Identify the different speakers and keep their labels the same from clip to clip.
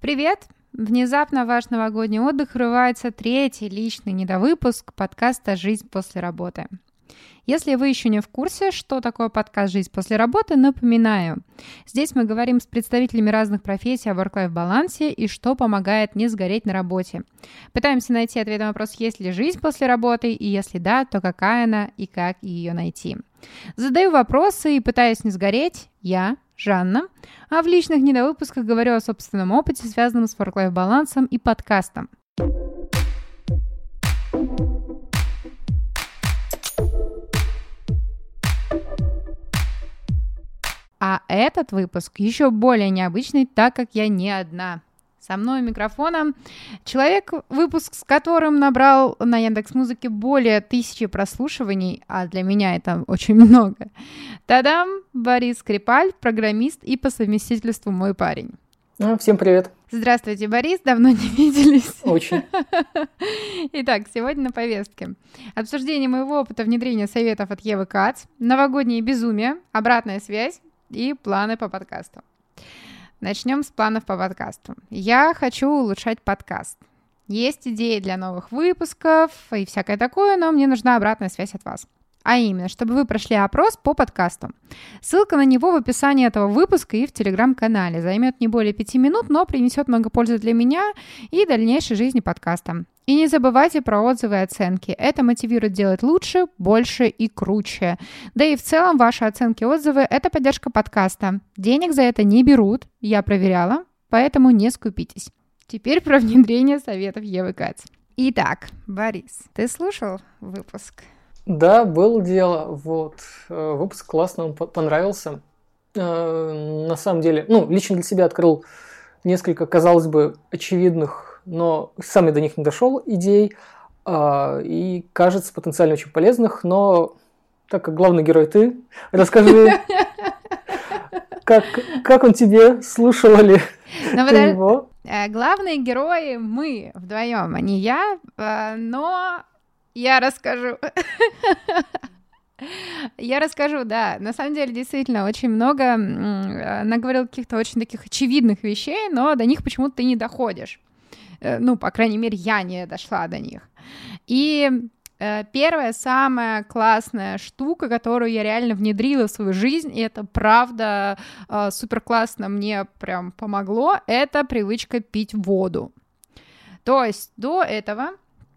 Speaker 1: Привет! Внезапно ваш новогодний отдых врывается третий личный недовыпуск подкаста «Жизнь после работы». Если вы еще не в курсе, что такое подкаст «Жизнь после работы», напоминаю. Здесь мы говорим с представителями разных профессий о work-life балансе и что помогает не сгореть на работе. Пытаемся найти ответ на вопрос, есть ли жизнь после работы, и если да, то какая она и как ее найти. Задаю вопросы и пытаюсь не сгореть я, Жанна, а в личных недовыпусках говорю о собственном опыте, связанном с work-life балансом и подкастом. А этот выпуск еще более необычный, так как я не одна. Со мной у микрофона человек, выпуск с которым набрал на Яндекс.Музыке более 1000 прослушиваний, а для меня это очень много. Та-дам! Борис Скрипаль, программист и по совместительству мой парень.
Speaker 2: Всем привет.
Speaker 1: Здравствуйте, Борис, давно не виделись.
Speaker 2: Очень.
Speaker 1: Итак, сегодня на повестке. Обсуждение моего опыта внедрения советов от Евы Кац, новогоднее безумие, обратная связь и планы по подкасту. Начнем с планов по подкасту. Я хочу улучшать подкаст. Есть идеи для новых выпусков и всякое такое, но мне нужна обратная связь от вас. А именно, чтобы вы прошли опрос по подкасту. Ссылка на него в описании этого выпуска и в Телеграм-канале. Займет не более 5 минут, но принесет много пользы для меня и дальнейшей жизни подкаста. И не забывайте про отзывы и оценки. Это мотивирует делать лучше, больше и круче. Да и в целом ваши оценки и отзывы – это поддержка подкаста. Денег за это не берут, я проверяла, поэтому не скупитесь. Теперь про внедрение советов Евы Кац. Итак, Борис, ты слушал выпуск?
Speaker 2: Да, было дело. Выпуск классно, он понравился. На самом деле, лично для себя открыл несколько, казалось бы, очевидных, но сам я до них не дошел идей, и кажется потенциально очень полезных, но так как главный герой ты, расскажи, как он тебе, слушала ли ты его?
Speaker 1: Главные герои мы вдвоем, а не я, но я расскажу. Я расскажу, да. На самом деле, действительно, очень много наговорил каких-то очень таких очевидных вещей, но до них почему-то ты не доходишь. По крайней мере, я не дошла до них. И первая, самая классная штука, которую я реально внедрила в свою жизнь, и это правда супер классно мне прям помогло, это привычка пить воду. То есть до этого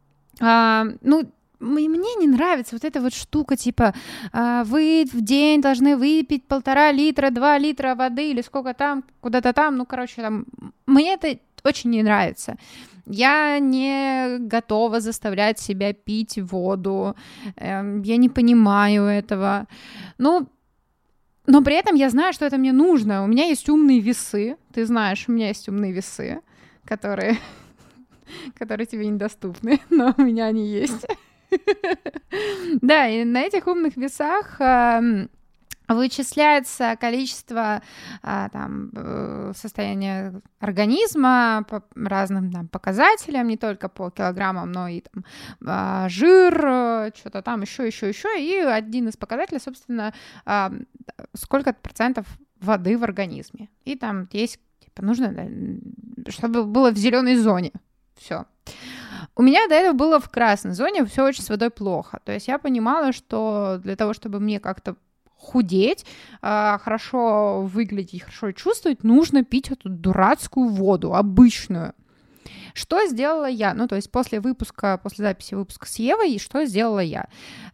Speaker 1: мне не нравится вот эта вот штука, типа, вы в день должны выпить 1,5 литра, 2 литра воды или сколько там, куда-то там, мне это очень не нравится. Я не готова заставлять себя пить воду, я не понимаю этого, но при этом я знаю, что это мне нужно. У меня есть умные весы, ты знаешь, у меня есть умные весы, которые тебе недоступны, но у меня они есть. Да, и на этих умных весах вычисляется количество состояния организма по разным показателям, не только по килограммам, но и жир, что-то там еще, и один из показателей, собственно, сколько процентов воды в организме. И там есть, нужно, чтобы было в зеленой зоне. Все. У меня до этого было в красной зоне, все очень с водой плохо. То есть я понимала, что для того, чтобы мне как-то худеть, хорошо выглядеть, хорошо чувствовать, нужно пить эту дурацкую воду, обычную. Что сделала я? То есть после записи выпуска с Евой, что сделала я?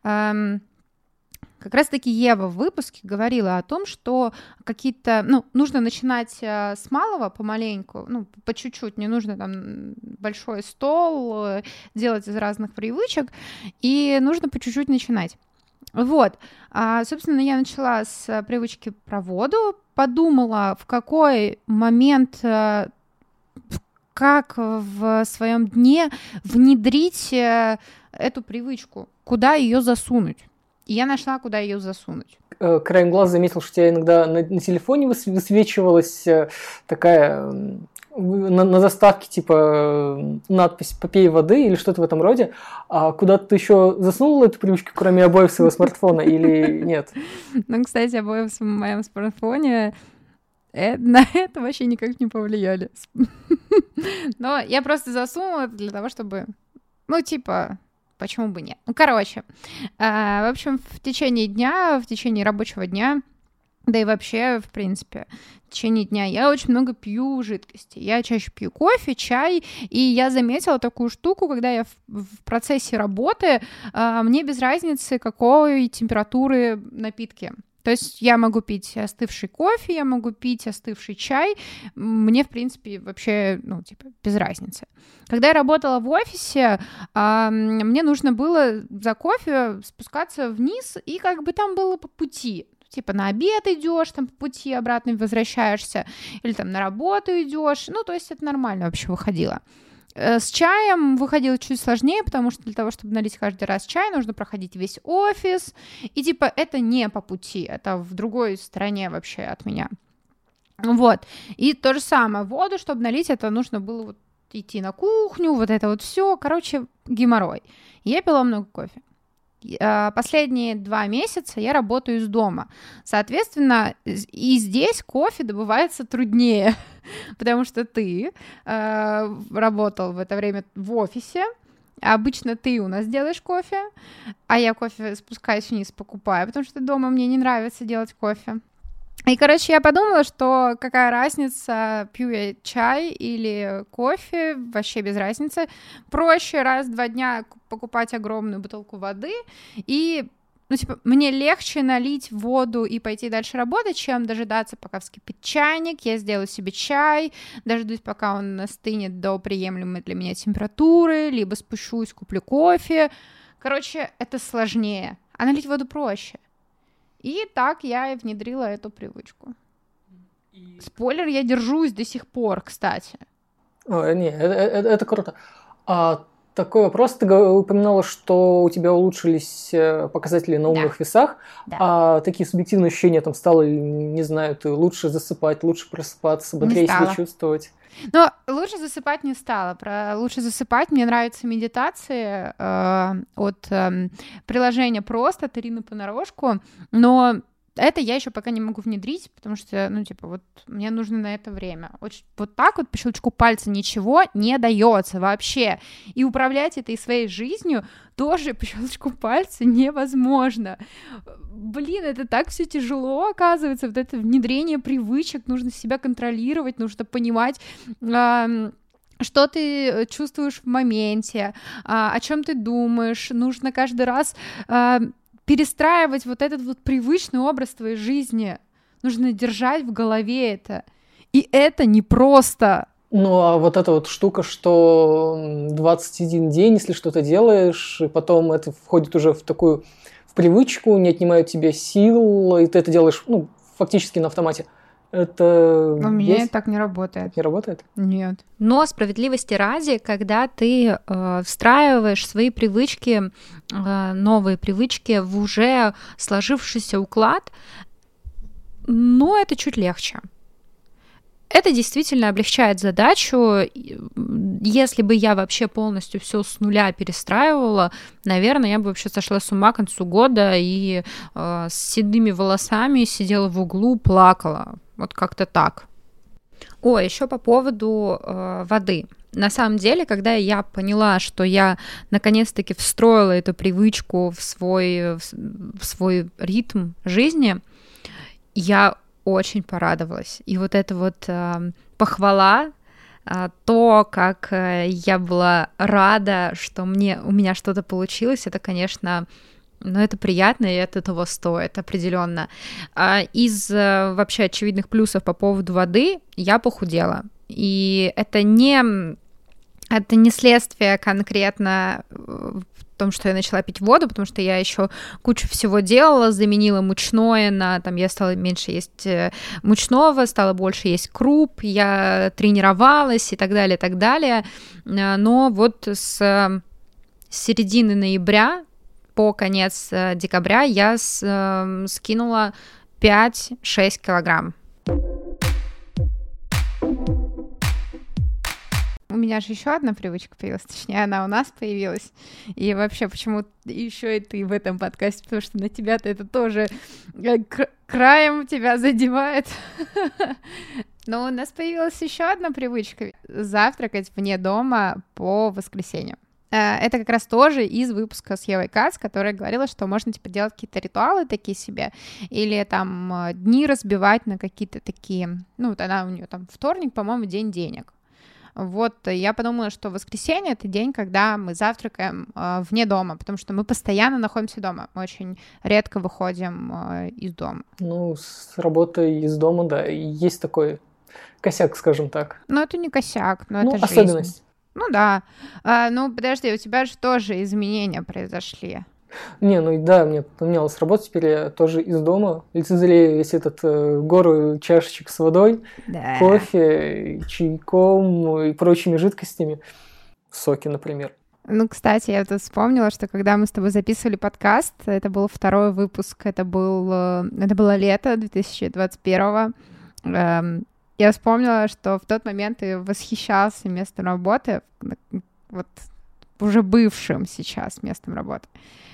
Speaker 1: Как раз-таки Ева в выпуске говорила о том, что какие-то, нужно начинать с малого помаленьку, по чуть-чуть, не нужно там большой стол делать из разных привычек, и нужно по чуть-чуть начинать. Собственно, я начала с привычки про воду, подумала, в какой момент, как в своем дне внедрить эту привычку, куда ее засунуть. И я нашла, куда ее засунуть.
Speaker 2: Краем глаза заметил, что у тебя иногда на телефоне высвечивалась такая на заставке типа надпись «Попей воды» или что-то в этом роде. А куда ты еще засунула эту привычку, кроме обоев своего смартфона, или нет?
Speaker 1: Кстати, обои в моем смартфоне на это вообще никак не повлияли. Но я просто засунула это для того, чтобы, ну, типа, почему бы нет? Ну, короче, в общем, в течение рабочего дня, да и вообще, в принципе, в течение дня я очень много пью жидкости. Я чаще пью кофе, чай, и я заметила такую штуку, когда я в процессе работы, мне без разницы, какой температуры напитки. То есть я могу пить остывший кофе, я могу пить остывший чай, мне, в принципе, вообще, ну, типа, без разницы. Когда я работала в офисе, мне нужно было за кофе спускаться вниз, и как бы там было по пути. Типа на обед идешь, там по пути обратно возвращаешься, или там на работу идешь. Ну, то есть это нормально вообще выходило. С чаем выходило чуть сложнее, потому что для того, чтобы налить каждый раз чай, нужно проходить весь офис. И типа это не по пути, это в другой стороне вообще от меня. Вот. И то же самое. Воду, чтобы налить, это нужно было вот идти на кухню, вот это вот все. Короче, геморрой. Я пила много кофе. Последние 2 месяца я работаю из дома. Соответственно, и здесь кофе добывается труднее, потому что ты работал в это время в офисе. Обычно ты у нас делаешь кофе, а я кофе спускаюсь вниз, покупаю, потому что дома мне не нравится делать кофе. И, короче, я подумала, что какая разница, пью я чай или кофе, вообще без разницы. Проще раз в 2 дня покупать огромную бутылку воды, и, ну, типа, мне легче налить воду и пойти дальше работать, чем дожидаться, пока вскипит чайник, я сделаю себе чай, дождусь, пока он остынет до приемлемой для меня температуры, либо спущусь, куплю кофе. Короче, это сложнее, а налить воду проще. И так я и внедрила эту привычку. Спойлер, я держусь до сих пор, кстати.
Speaker 2: Это круто. Такой вопрос. Ты упоминала, что у тебя улучшились показатели на умных весах.
Speaker 1: Да.
Speaker 2: А такие субъективные ощущения там стало, не знаю, ты лучше засыпать, лучше просыпаться, бодрее себя чувствовать?
Speaker 1: Но лучше засыпать не стало. Про лучше засыпать мне нравятся медитации от приложения просто от Ирины Понарошку, но это я еще пока не могу внедрить, потому что, ну, типа, вот мне нужно на это время. Вот так вот по щелчку пальца ничего не дается вообще. И управлять этой своей жизнью тоже по щелчку пальца невозможно. Блин, это так все тяжело, оказывается, вот это внедрение привычек, нужно себя контролировать, нужно понимать, что ты чувствуешь в моменте, о чем ты думаешь, нужно каждый раз перестраивать вот этот вот привычный образ твоей жизни. Нужно держать в голове это. И это непросто.
Speaker 2: Ну, а вот эта вот штука, что 21 день, если что-то делаешь, и потом это входит уже в такую в привычку, не отнимают тебе сил, и ты это делаешь, ну, фактически на автомате. Это
Speaker 1: у меня так не работает.
Speaker 2: Так не работает?
Speaker 1: Нет.
Speaker 3: Но справедливости ради, когда ты встраиваешь свои привычки, новые привычки в уже сложившийся уклад, ну, это чуть легче. Это действительно облегчает задачу. Если бы я вообще полностью все с нуля перестраивала, наверное, я бы вообще сошла с ума к концу года и с седыми волосами сидела в углу, плакала. Вот как-то так. Еще по поводу воды. На самом деле, когда я поняла, что я наконец-таки встроила эту привычку в свой ритм жизни, я очень порадовалась. И вот эта вот похвала, то, как я была рада, что у меня что-то получилось, это, конечно, ну, это приятно, и это того стоит, определенно. Из вообще очевидных плюсов по поводу воды я похудела. И это не следствие конкретно в том, что я начала пить воду, потому что я еще кучу всего делала, заменила мучное на, там, я стала меньше есть мучного, стала больше есть круп, я тренировалась и так далее, и так далее. Но вот с середины ноября по конец декабря я скинула 5-6 килограмм.
Speaker 1: У меня же еще одна привычка появилась, точнее, она у нас появилась. И вообще, почему еще и ты в этом подкасте, потому что на тебя-то это тоже краем тебя задевает. Но у нас появилась еще одна привычка — завтракать вне дома по воскресеньям. Это как раз тоже из выпуска с Евой Кац, которая говорила, что можно типа делать какие-то ритуалы такие себе, или там дни разбивать на какие-то такие, ну, вот она у нее там вторник, по-моему, день денег. Вот, я подумала, что воскресенье — это день, когда мы завтракаем вне дома, потому что мы постоянно находимся дома, мы очень редко выходим из дома.
Speaker 2: Ну, с работой из дома, да, есть такой косяк, скажем так.
Speaker 1: Ну, это не косяк, но
Speaker 2: ну,
Speaker 1: это
Speaker 2: особенность.
Speaker 1: Жизнь. Ну да. Ну, подожди, у тебя же тоже изменения произошли.
Speaker 2: Не, ну да, мне поменялась работа, теперь я тоже из дома лицезрею весь этот гору чашечек с водой,
Speaker 1: Да.
Speaker 2: кофе, чайком и прочими жидкостями. Соки, например.
Speaker 1: Ну, кстати, я тут вспомнила, что когда мы с тобой записывали подкаст, это был второй выпуск, это было лето 2021. Я вспомнила, что в тот момент ты восхищался местом работы, вот уже бывшим сейчас местом работы.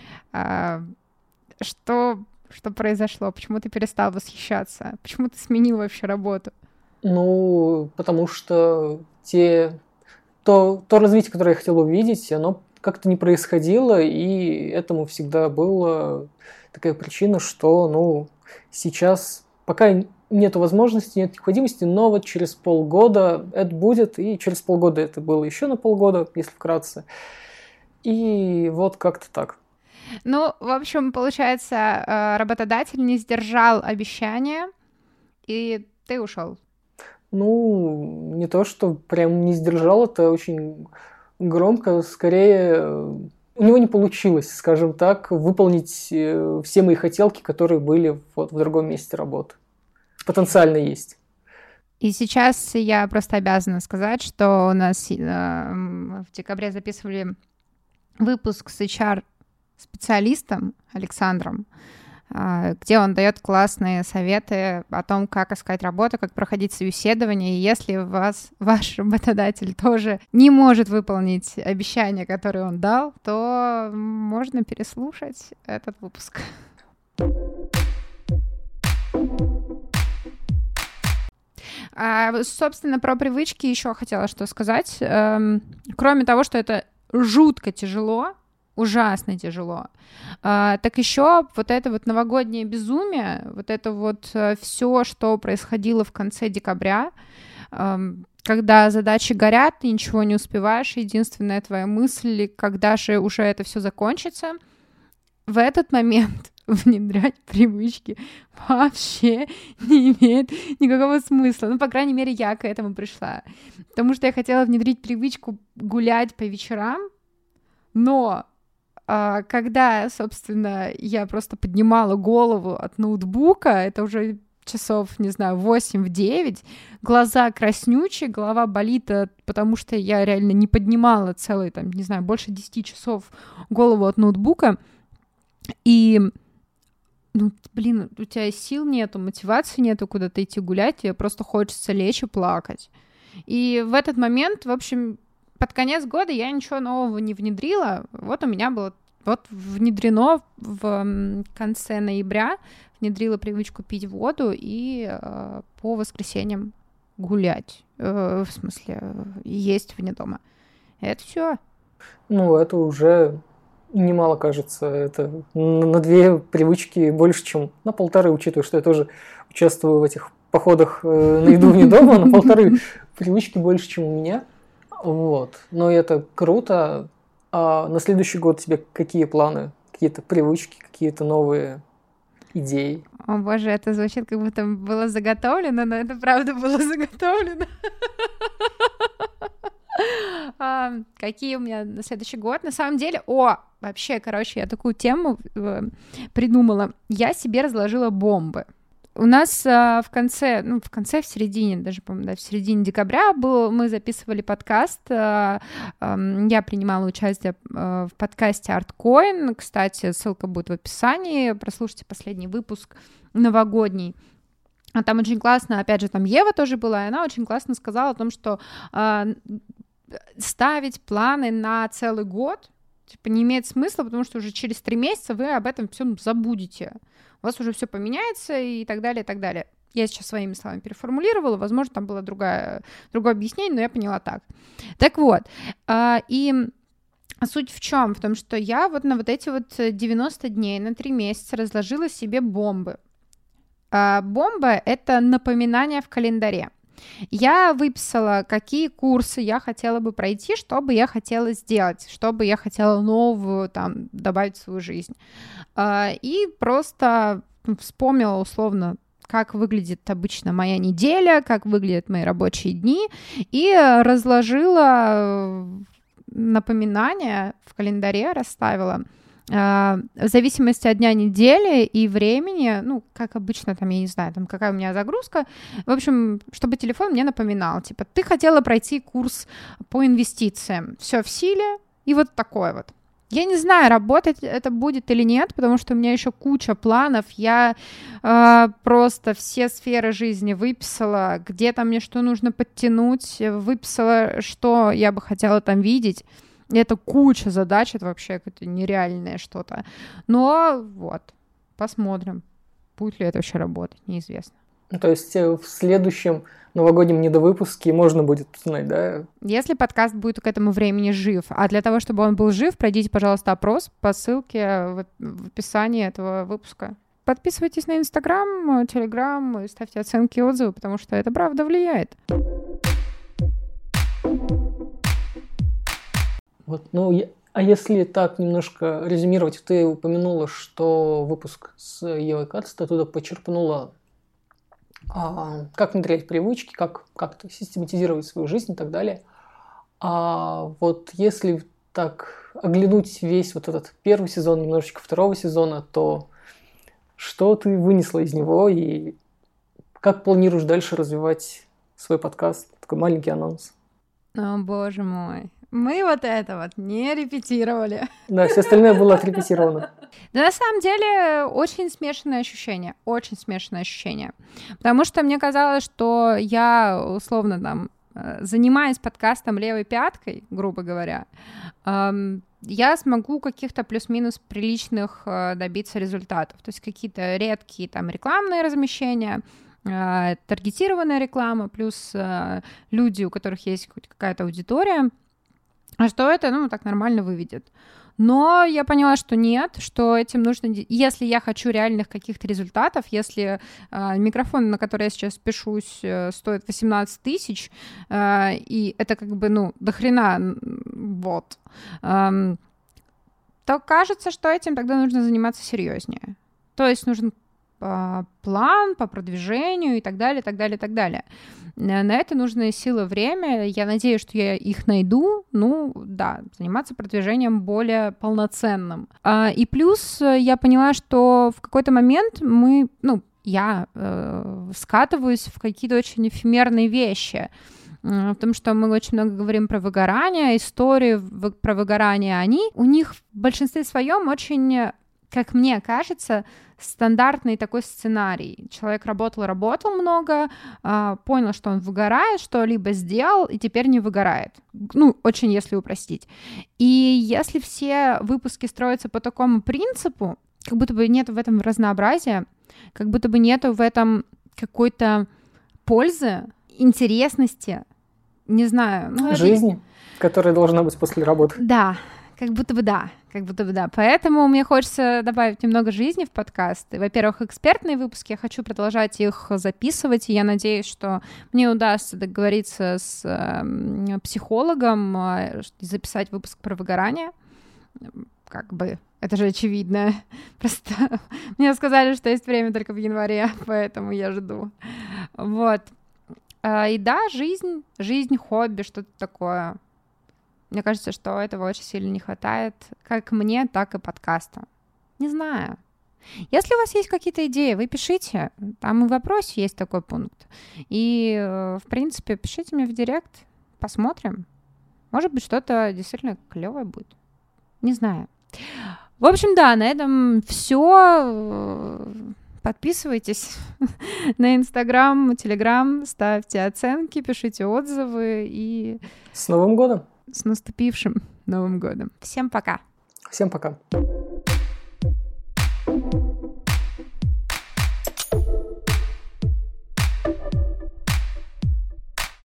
Speaker 1: Что произошло? Почему ты перестал восхищаться? Почему ты сменил вообще работу?
Speaker 2: Ну, потому что то развитие, которое я хотел увидеть, оно как-то не происходило, и этому всегда была такая причина, что, ну, сейчас пока нет возможности, нет необходимости, но вот через полгода это будет, и через полгода это было еще на полгода, если вкратце. И вот как-то так.
Speaker 1: Ну, в общем, получается, работодатель не сдержал обещания, и ты ушел.
Speaker 2: Ну, не то, что прям не сдержал, это очень громко, скорее у него не получилось, скажем так, выполнить все мои хотелки, которые были вот в другом месте работы. Потенциально есть.
Speaker 1: И сейчас я просто обязана сказать, что у нас в декабре записывали выпуск с HR-специалистом Александром, где он дает классные советы о том, как искать работу, как проходить собеседование. И если ваш работодатель тоже не может выполнить обещания, которые он дал, то можно переслушать этот выпуск. Собственно, про привычки еще хотела что сказать. Кроме того, что это жутко тяжело, ужасно тяжело, так еще вот это вот новогоднее безумие, вот это вот все, что происходило в конце декабря, когда задачи горят, ты ничего не успеваешь, единственная твоя мысль, когда же уже это все закончится, в этот момент внедрять привычки вообще не имеет никакого смысла. Ну, по крайней мере, я к этому пришла. Потому что я хотела внедрить привычку гулять по вечерам, но когда, собственно, я просто поднимала голову от ноутбука, это уже часов, не знаю, 8-9, глаза краснючие, голова болит, потому что я реально не поднимала целые, там, не знаю, больше 10 часов голову от ноутбука, и ну, блин, у тебя сил нету, мотивации нету куда-то идти гулять, тебе просто хочется лечь и плакать. И в этот момент, в общем, под конец года я ничего нового не внедрила. Вот у меня было внедрено в конце ноября, внедрила привычку пить воду и по воскресеньям гулять. В смысле, есть вне дома. Это все.
Speaker 2: Ну, это уже немало, кажется. Это на 2 привычки больше, чем на 1,5, учитывая, что я тоже участвую в этих походах на еду вне дома, на 1,5 привычки больше, чем у меня. Вот. Но это круто. А на следующий год у тебя какие планы? Какие-то привычки, какие-то новые идеи?
Speaker 1: О боже, это звучит, как будто было заготовлено, но это правда было заготовлено. Какие у меня на следующий год? На самом деле, вообще, короче, я такую тему придумала. Я себе разложила бомбы. У нас в середине, даже, по-моему, да, в середине декабря мы записывали подкаст. Я принимала участие в подкасте ArtCoin. Кстати, ссылка будет в описании. Прослушайте последний выпуск новогодний. А там очень классно, опять же, там Ева тоже была, и она очень классно сказала о том, что ставить планы на целый год, типа, не имеет смысла, потому что уже через 3 месяца вы об этом всем забудете. У вас уже все поменяется и так далее, и так далее. Я сейчас своими словами переформулировала, возможно, там было другое объяснение, но я поняла так. Так вот, и суть в чем? В том, что я вот на вот эти вот 90 дней, на 3 месяца разложила себе бомбы. Бомба — это напоминание в календаре. Я выписала, какие курсы я хотела бы пройти, что бы я хотела сделать, что бы я хотела новую там добавить в свою жизнь. И просто вспомнила условно, как выглядит обычно моя неделя, как выглядят мои рабочие дни, и разложила напоминания в календаре, расставила. В зависимости от дня недели и времени, ну, как обычно, там, я не знаю, там, какая у меня загрузка, в общем, чтобы телефон мне напоминал, типа, ты хотела пройти курс по инвестициям, все в силе, и вот такое вот. Я не знаю, работать это будет или нет, потому что у меня еще куча планов, я просто все сферы жизни выписала, где-то мне что нужно подтянуть, выписала, что я бы хотела там видеть. Это куча задач, это вообще какое-то нереальное что-то. Но вот, посмотрим, будет ли это вообще работать, неизвестно.
Speaker 2: То есть в следующем новогоднем недовыпуске можно будет узнать, да?
Speaker 1: Если подкаст будет к этому времени жив. А для того, чтобы он был жив, пройдите, пожалуйста, опрос по ссылке в описании этого выпуска. Подписывайтесь на Инстаграм, Телеграм и ставьте оценки и отзывы, потому что это правда влияет.
Speaker 2: Вот, а если так немножко резюмировать, ты упомянула, что выпуск с Евой Кац, ты оттуда почерпнула, как внедрять привычки, как-то систематизировать свою жизнь и так далее. А вот если так оглянуть весь вот этот первый сезон, немножечко второго сезона, то что ты вынесла из него и как планируешь дальше развивать свой подкаст? Такой маленький анонс.
Speaker 1: О, боже мой. Мы вот это вот не репетировали.
Speaker 2: Да, все остальное было отрепетировано.
Speaker 1: Да, на самом деле, очень смешанное ощущение. Потому что мне казалось, что я, условно, там, занимаясь подкастом левой пяткой, грубо говоря, я смогу каких-то плюс-минус приличных добиться результатов. То есть какие-то редкие там рекламные размещения, таргетированная реклама, плюс люди, у которых есть хоть какая-то аудитория, что это, ну, так нормально выведет. Но я поняла, что нет, что этим нужно... Если я хочу реальных каких-то результатов, если микрофон, на который я сейчас пишусь, стоит 18 тысяч, и это как бы, ну, дохрена, вот, то кажется, что этим тогда нужно заниматься серьезнее. То есть нужен план по продвижению и так далее, так далее, так далее. На это нужны силы, время. Я надеюсь, что я их найду. Ну, да, заниматься продвижением более полноценным. И плюс я поняла, что в какой-то момент я скатываюсь в какие-то очень эфемерные вещи. Потому что мы очень много говорим про выгорание, истории про выгорание, у них в большинстве своем очень, как мне кажется, стандартный такой сценарий. Человек работал много, понял, что он выгорает, что-либо сделал, и теперь не выгорает. Ну, очень если упростить. И если все выпуски строятся по такому принципу, как будто бы нет в этом разнообразия, как будто бы нету в этом какой-то пользы, интересности, не знаю.
Speaker 2: Жизни, которая должна быть после работы.
Speaker 1: Да. Как будто бы да. Поэтому мне хочется добавить немного жизни в подкаст. Во-первых, экспертные выпуски, я хочу продолжать их записывать, и я надеюсь, что мне удастся договориться с психологом и записать выпуск про выгорание. Как бы, это же очевидно. Просто мне сказали, что есть время только в январе, поэтому я жду. Вот. И да, жизнь, хобби, что-то такое. Мне кажется, что этого очень сильно не хватает, как мне, так и подкасту. Не знаю. Если у вас есть какие-то идеи, вы пишите. Там и в вопросе есть такой пункт. И, в принципе, пишите мне в директ, посмотрим. Может быть, что-то действительно клевое будет. Не знаю. В общем, да, на этом все. Подписывайтесь на Инстаграм, Телеграм, ставьте оценки, пишите отзывы и...
Speaker 2: С Новым годом!
Speaker 1: С наступившим Новым годом. Всем пока.
Speaker 2: Всем пока.